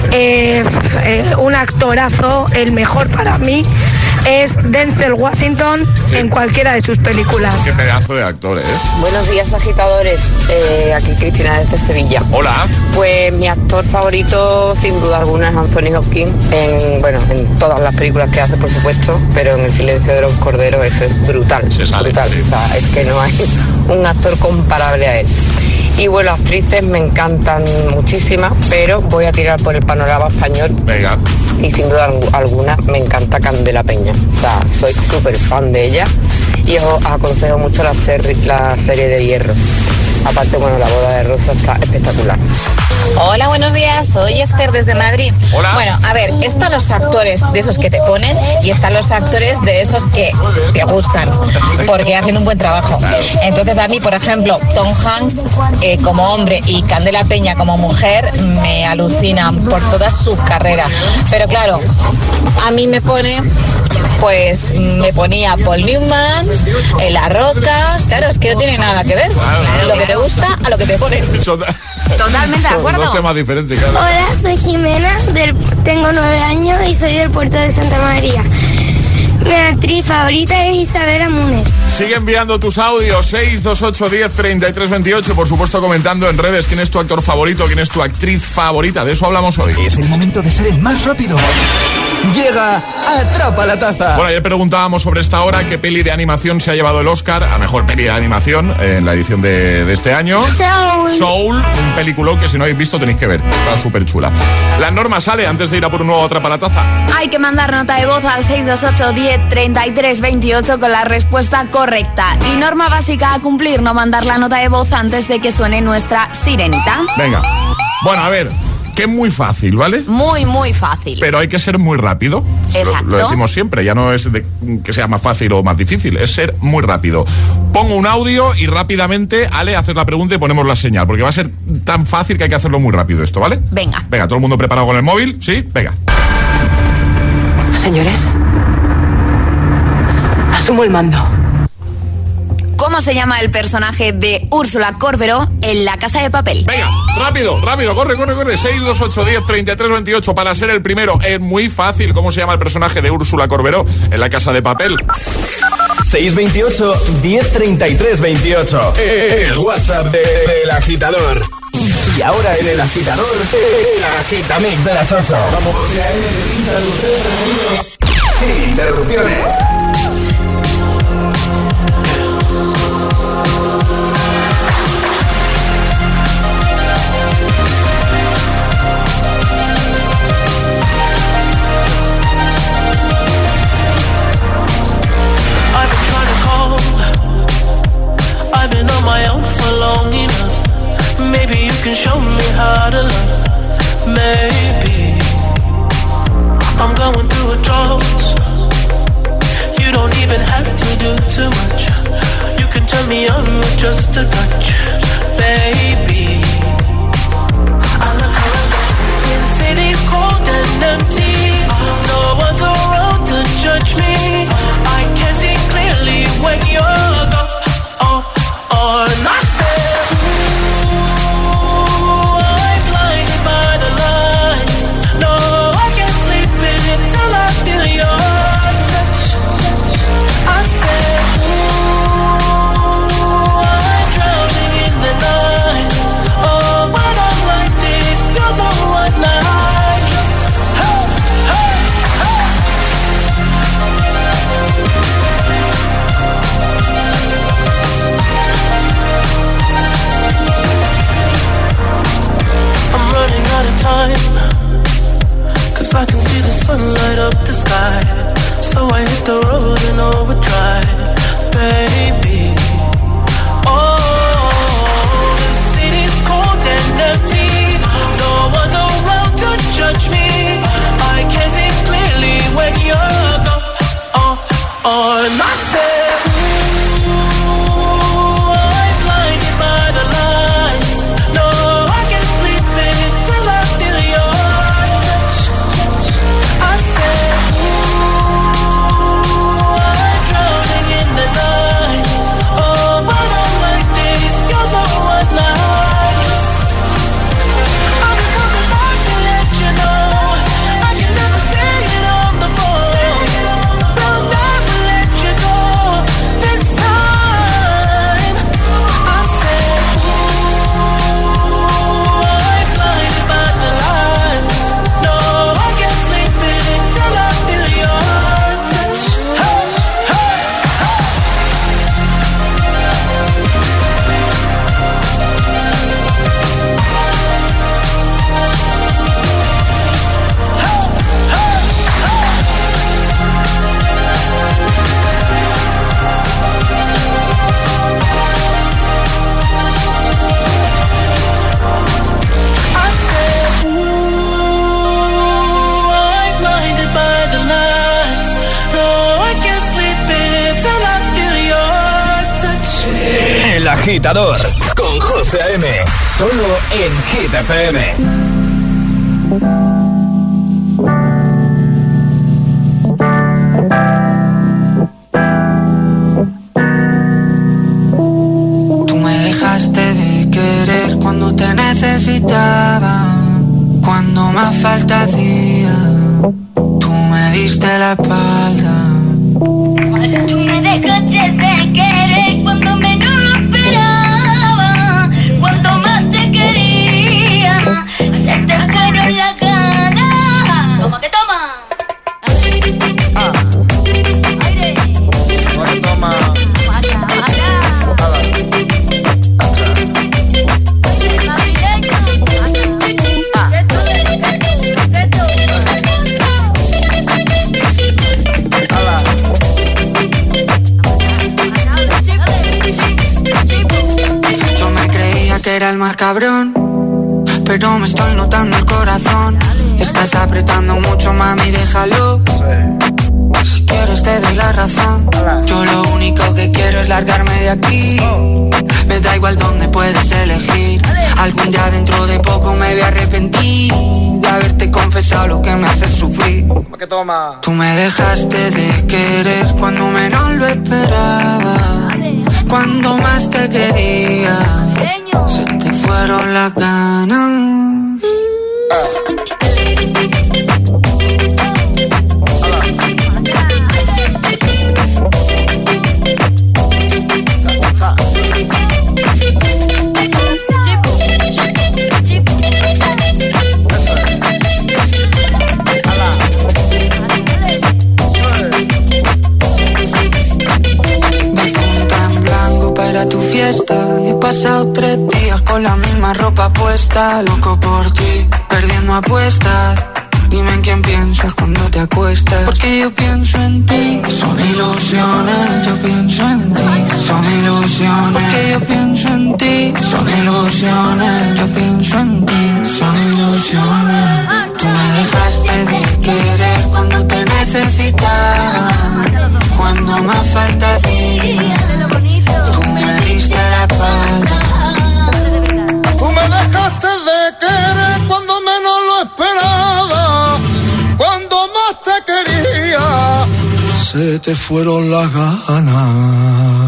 Un actorazo, el mejor para mí es Denzel Washington, sí, en cualquiera de sus películas. Qué pedazo de actor, Buenos días, agitadores. Aquí Cristina desde Sevilla. Hola. Pues mi actor favorito, sin duda alguna, es Anthony Hopkins. En todas las películas que hace, por supuesto, pero en El silencio de los corderos eso es brutal. Se sale, brutal. Sí. O sea, es que no hay un actor comparable a él. Y bueno, actrices me encantan muchísimas, pero voy a tirar por el panorama español. Venga. Y sin duda alguna me encanta Candela Peña. O sea, soy súper fan de ella y os aconsejo mucho la serie de Hierro. Aparte, bueno, La boda de Rosa está espectacular. Hola, buenos días, soy Esther desde Madrid. Hola. Bueno, a ver, están los actores de esos que te ponen y están los actores de esos que te gustan, porque hacen un buen trabajo. Entonces a mí, por ejemplo, Tom Hanks como hombre y Candela Peña como mujer me alucinan por toda su carrera. Pero claro, a mí me pone... Pues me ponía Paul Newman, La Roca. Claro, es que no tiene nada que ver. Claro. Lo que te gusta a lo que te ponen. Totalmente de acuerdo. Son dos temas diferentes, claro. Hola, soy Jimena, tengo 9 años y soy del puerto de Santa María. Mi actriz favorita es Isabela Munes. Sigue enviando tus audios 628103328, por supuesto comentando en redes quién es tu actor favorito, quién es tu actriz favorita. De eso hablamos hoy. Es el momento de ser el más rápido. Llega Atrapa la Taza. Bueno, ayer preguntábamos sobre esta hora qué peli de animación se ha llevado el Oscar a mejor peli de animación en la edición de este año. Soul, un peliculón que si no habéis visto tenéis que ver. Está súper chula. La norma sale antes de ir a por un nuevo Atrapa la Taza. Hay que mandar nota de voz al 628103328 con la respuesta correcta. Y norma básica a cumplir, no mandar la nota de voz antes de que suene nuestra sirenita. Venga. Bueno, a ver. Que es muy fácil, ¿vale? Muy, muy fácil. Pero hay que ser muy rápido. Exacto. Lo decimos siempre, ya no es que sea más fácil o más difícil, es ser muy rápido. Pongo un audio y rápidamente, Ale, haces la pregunta y ponemos la señal, porque va a ser tan fácil que hay que hacerlo muy rápido esto, ¿vale? Venga. Venga, todo el mundo preparado con el móvil, ¿sí? Venga. Señores, asumo el mando. ¿Cómo se llama el personaje de Úrsula Corberó en La Casa de Papel? Venga, rápido, corre. 628103328 para ser el primero. Es muy fácil. ¿Cómo se llama el personaje de Úrsula Corberó en La Casa de Papel? 628103328. El WhatsApp del agitador. Y ahora en el agitador, el agitamix de las 8. Vamos. Sin interrupciones. I've been on my own for long enough. Maybe you can show me how to love. Maybe I'm going through a drought. You don't even have to do too much. You can turn me on with just a touch, baby. I look around, since city's cold and empty, no one's around to judge me. I can see clearly when you're gone. And I said, ooh, I'm blinded by the lights. No, I can't sleep until I feel your touch. I said, ooh, I'm drowning in the night. Oh, when I'm like this, you're the one I just, hey, hey, hey. Running out of time, 'cause I can see the sun light up the sky. So I hit the road in overdrive, baby. Oh, the city's cold and empty. No one's around to judge me. I can see clearly when you're gone. And I said, ooh, I'm blinded by the lights. No, I can't sleep till I feel your touch. I said, ooh, I'm drowning in the night. Oh, when I'm like this, you're the one I just. I'm just coming back to let you know. I can never say it on the phone. They'll never let you go this time. I said, ooh, I'm blinded by the lights. No, I can't sleep until I feel your touch. Hey, hey, I said, ooh, I'm blinded by the lights. No, I can't sleep until I feel your touch. El agitador con José A.M. Solo en Hit FM. Tú me dejaste de querer cuando te necesitaba, cuando más falta hacía. Tú me diste la espalda. Tú me dejaste de querer cuando menos lo esperaba, cuando más te quería, se te fueron las ganas. Toma que toma. Aire. Toma. Yo me creía que era el más cabrón, pero me estoy notando el corazón. Estás apretando mucho, mami, déjalo. Si quieres te doy la razón. Yo lo único que quiero es largarme de aquí. Me da igual dónde puedes elegir. Algún día dentro de poco me voy a arrepentir de haberte confesado lo que me hace sufrir. Tú me dejaste de querer cuando menos lo esperaba, cuando más te quería, se te fueron las ganas. fiesta. He pasado 3 días con la misma ropa puesta. Loco por ti, perdiendo apuestas. Dime en quién piensas cuando te acuestas. Porque yo pienso en ti. Son ilusiones, yo pienso en ti. Son ilusiones. Porque yo pienso en ti. Son ilusiones, yo pienso en ti. Son ilusiones. Tú me dejaste de querer cuando te necesitaba. Cuando más falta hacía, tú me diste la espalda. Tú me dejaste de querer cuando menos lo esperaba. Cuando más te quería, se te fueron las ganas.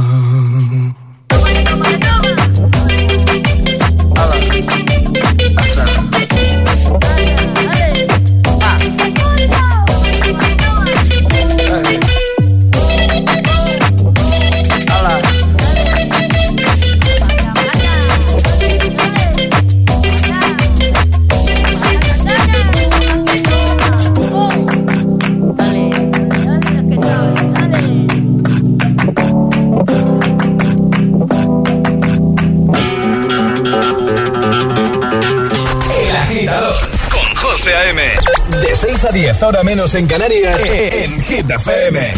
A.M. De 6 a 10, ahora menos en Canarias, en Hit FM.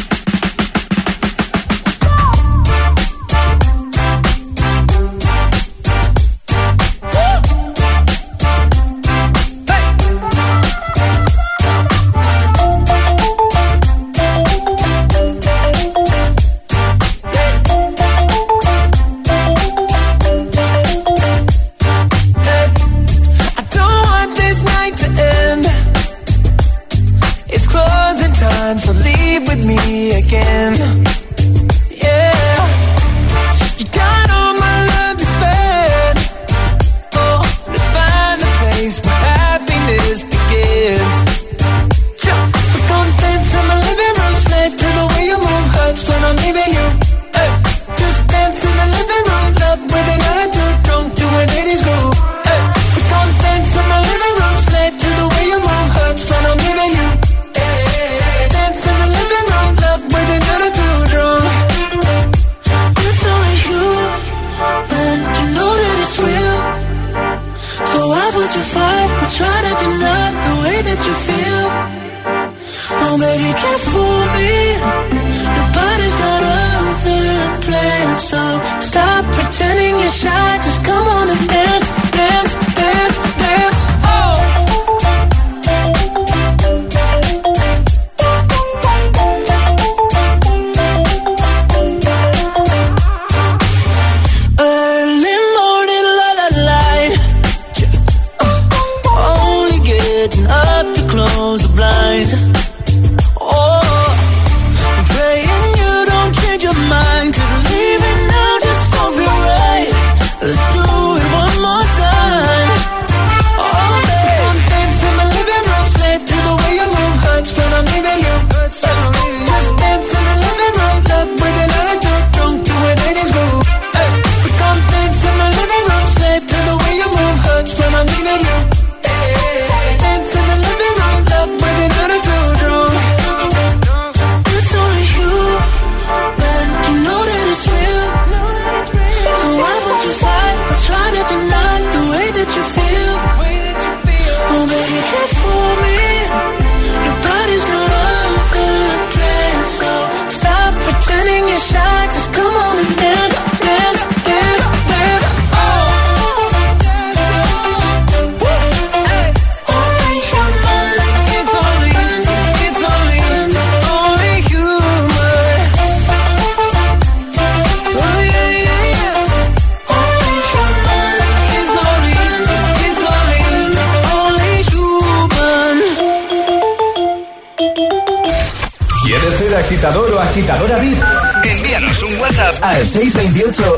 agitador o agitadora VIP, envíanos un WhatsApp al 628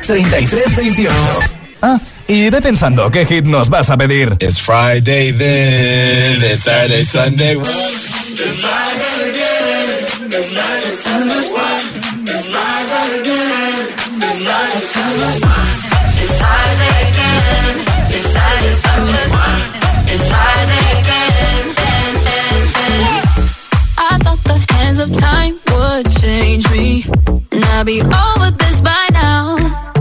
1033 28. Ah, y ve pensando qué hit nos vas a pedir. It's Friday then, it's Saturday, Sunday. It's Friday again, it's Saturday, Sunday. It's Friday again, it's Saturday, Sunday. It's Friday again, it's Saturday, Sunday. It's Friday again, I thought the hands of time would change me, and I'd be over this by now.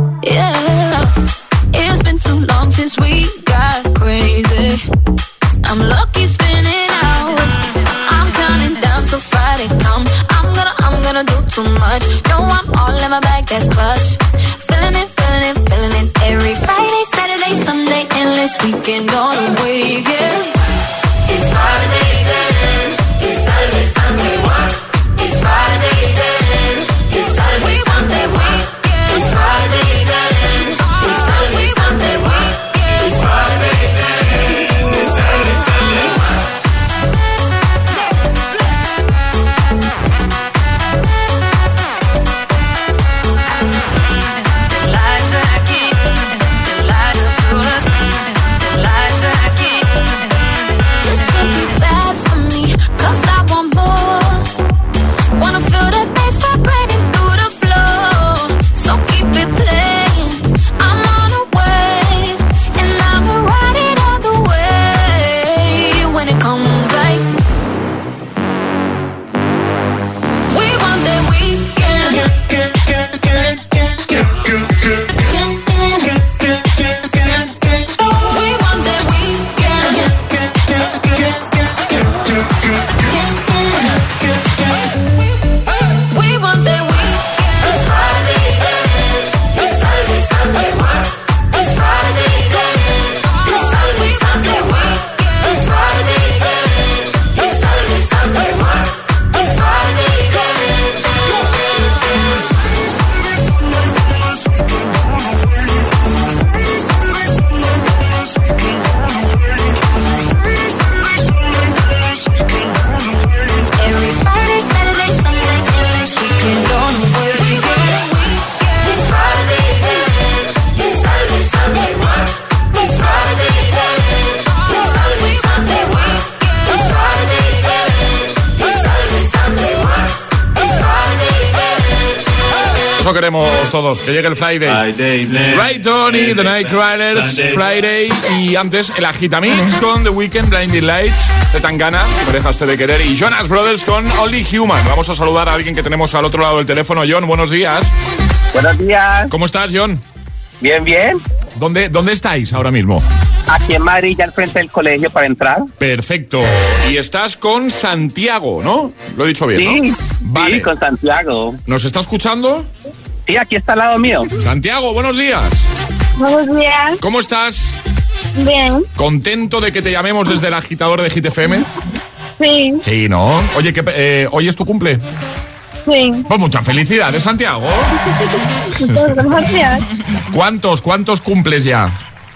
No, I'm all in my bag, that's clutch. Feeling it, feeling it, feeling it. Every Friday, Saturday, Sunday, endless weekend on a wave, yeah. It's Friday then. It's Saturday, Sunday, what? It's Friday then. It's Saturday, Sunday, weekend. It's Friday then. It's Saturday, Sunday, weekend. It's Friday then. It's Saturday, Sunday, what? Eso queremos todos, que llegue el Friday. Right, Tony, The Nightcrawlers, Friday. Y antes el Agitamix con The Weeknd, Blinding Lights, de Tangana, Me dejaste de querer, y Jonas Brothers con Only Human. Vamos a saludar a alguien que tenemos al otro lado del teléfono. John, buenos días. Buenos días. ¿Cómo estás, John? Bien, bien. ¿Dónde estáis ahora mismo? Aquí en Madrid, ya al frente del colegio para entrar. Perfecto. Y estás con Santiago, ¿no? Lo he dicho bien, sí, ¿no? Vale. Sí, con Santiago. ¿Nos está escuchando? Sí, aquí está al lado mío. Santiago, buenos días. Buenos días. ¿Cómo estás? Bien. ¿Contento de que te llamemos desde el agitador de Hit FM? Sí. Sí, ¿no? Oye, ¿hoy es tu cumple? Sí. Pues muchas felicidades, Santiago. Muchas gracias. ¿Cuántos cumples ya?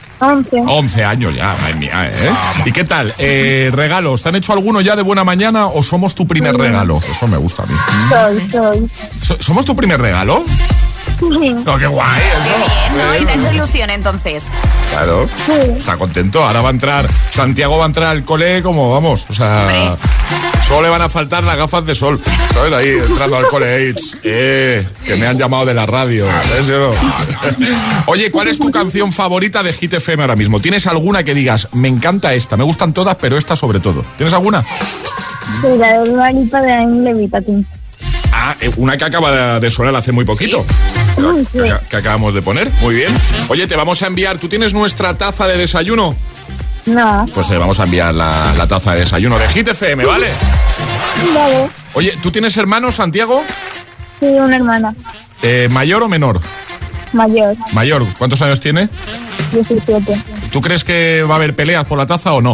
11 años ya, madre mía, ¿eh? ¿Y qué tal? ¿Regalos? ¿Te han hecho alguno ya de buena mañana o somos tu primer regalo? Eso me gusta a mí. Soy. ¿Somos tu primer regalo? Sí. No, qué guay eso. Qué bien, ¿no? Y te ha hecho ilusión entonces. Claro. Sí. Está contento. Ahora va a entrar, Santiago va a entrar al cole como, vamos, o sea... Hombre. Solo le van a faltar las gafas de sol, ¿sabes? Ahí entrando al cole, que me han llamado de la radio, ¿sabes? Oye, ¿cuál es tu canción favorita de Hit FM ahora mismo? ¿Tienes alguna que digas, me encanta esta, me gustan todas, pero esta sobre todo? ¿Tienes alguna? Sí, la de Dua Lipa de I'm Levitating. Ah, una que acaba de sonar hace muy poquito. ¿Sí? Que acabamos de poner, muy bien. Oye, te vamos a enviar, ¿tú tienes nuestra taza de desayuno? No. Pues te vamos a enviar la taza de desayuno de Hit FM, ¿vale? Vale. Oye, ¿tú tienes hermanos, Santiago? Sí, una hermana. ¿Mayor o menor? Mayor. Mayor. ¿Cuántos años tiene? 17. ¿Tú crees que va a haber peleas por la taza o no?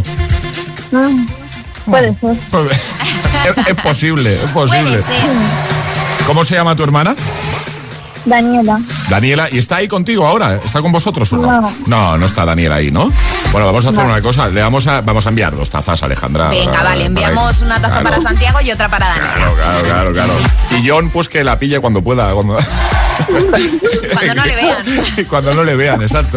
Puede ser. Es posible, es posible. ¿Cómo se llama tu hermana? Daniela. Daniela, ¿y está ahí contigo ahora? ¿Está con vosotros o no? No está Daniela ahí, ¿no? Bueno, vamos a hacer una cosa, vamos a enviar 2 tazas a Alejandra. Venga, vale, enviamos una taza para Santiago y otra para Daniela. Claro. Y John, pues que la pille cuando pueda. Cuando no le vean. Cuando no le vean, exacto.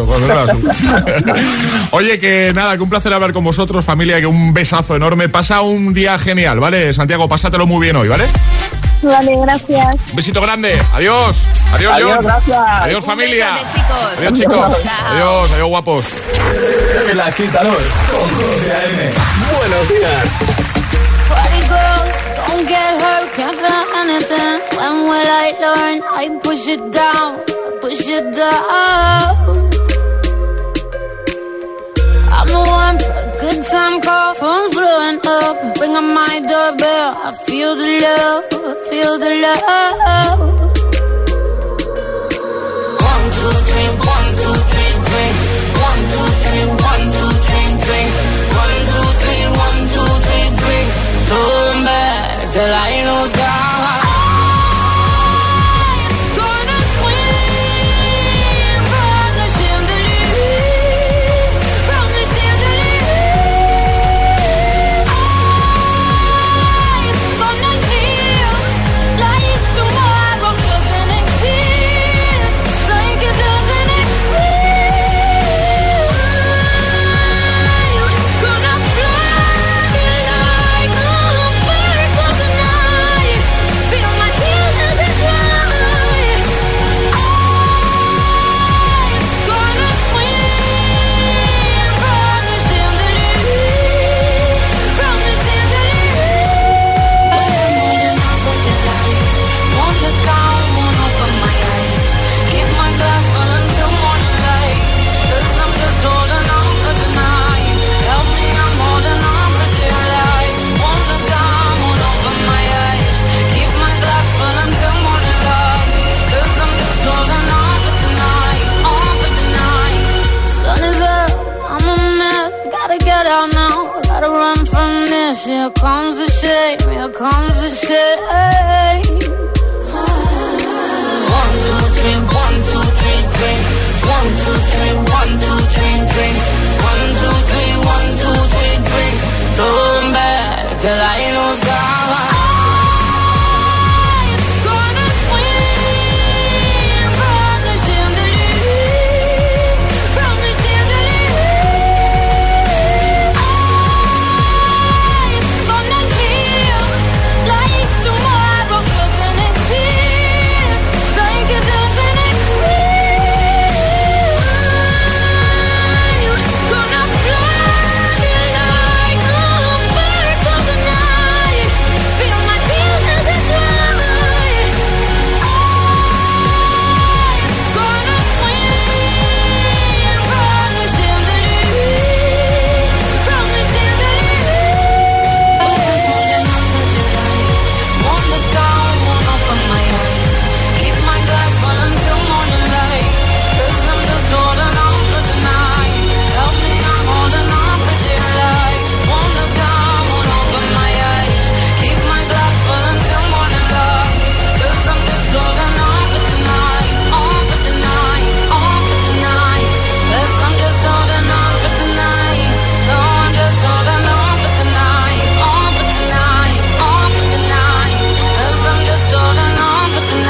Oye, que nada, que un placer hablar con vosotros, familia, que un besazo enorme. Pasa un día genial, ¿vale? Santiago, pásatelo muy bien hoy, ¿vale? Vale, gracias. Un besito grande. Adiós, John. Gracias. Adiós, familia. Chicos. Adiós, chicos. Adiós, guapos. El agitador con José A.M. Buenos días. Party girls, don't get hurt, can't feel anything. When will I learn? I push it down. I'm the one for a good Good time call, phone's blowing up. Ring on my doorbell. I feel the love, feel the love. 1, 2, 3, 1, 2, 3, drink. 1, 2, 3, 1, 2, 3, drink. 1, 2, 3, 1, 2, 3, drink. Turn back till I know God. Here comes the shame, here comes the shame. 1, 2, 3, 1, 2, 3, drink. 1, 2, 3, 1, 2, 3, drink. 1, 2, 3, 1, 2, 3, drink. Turn back till I lose God.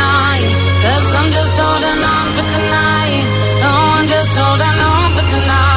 Holding on for tonight.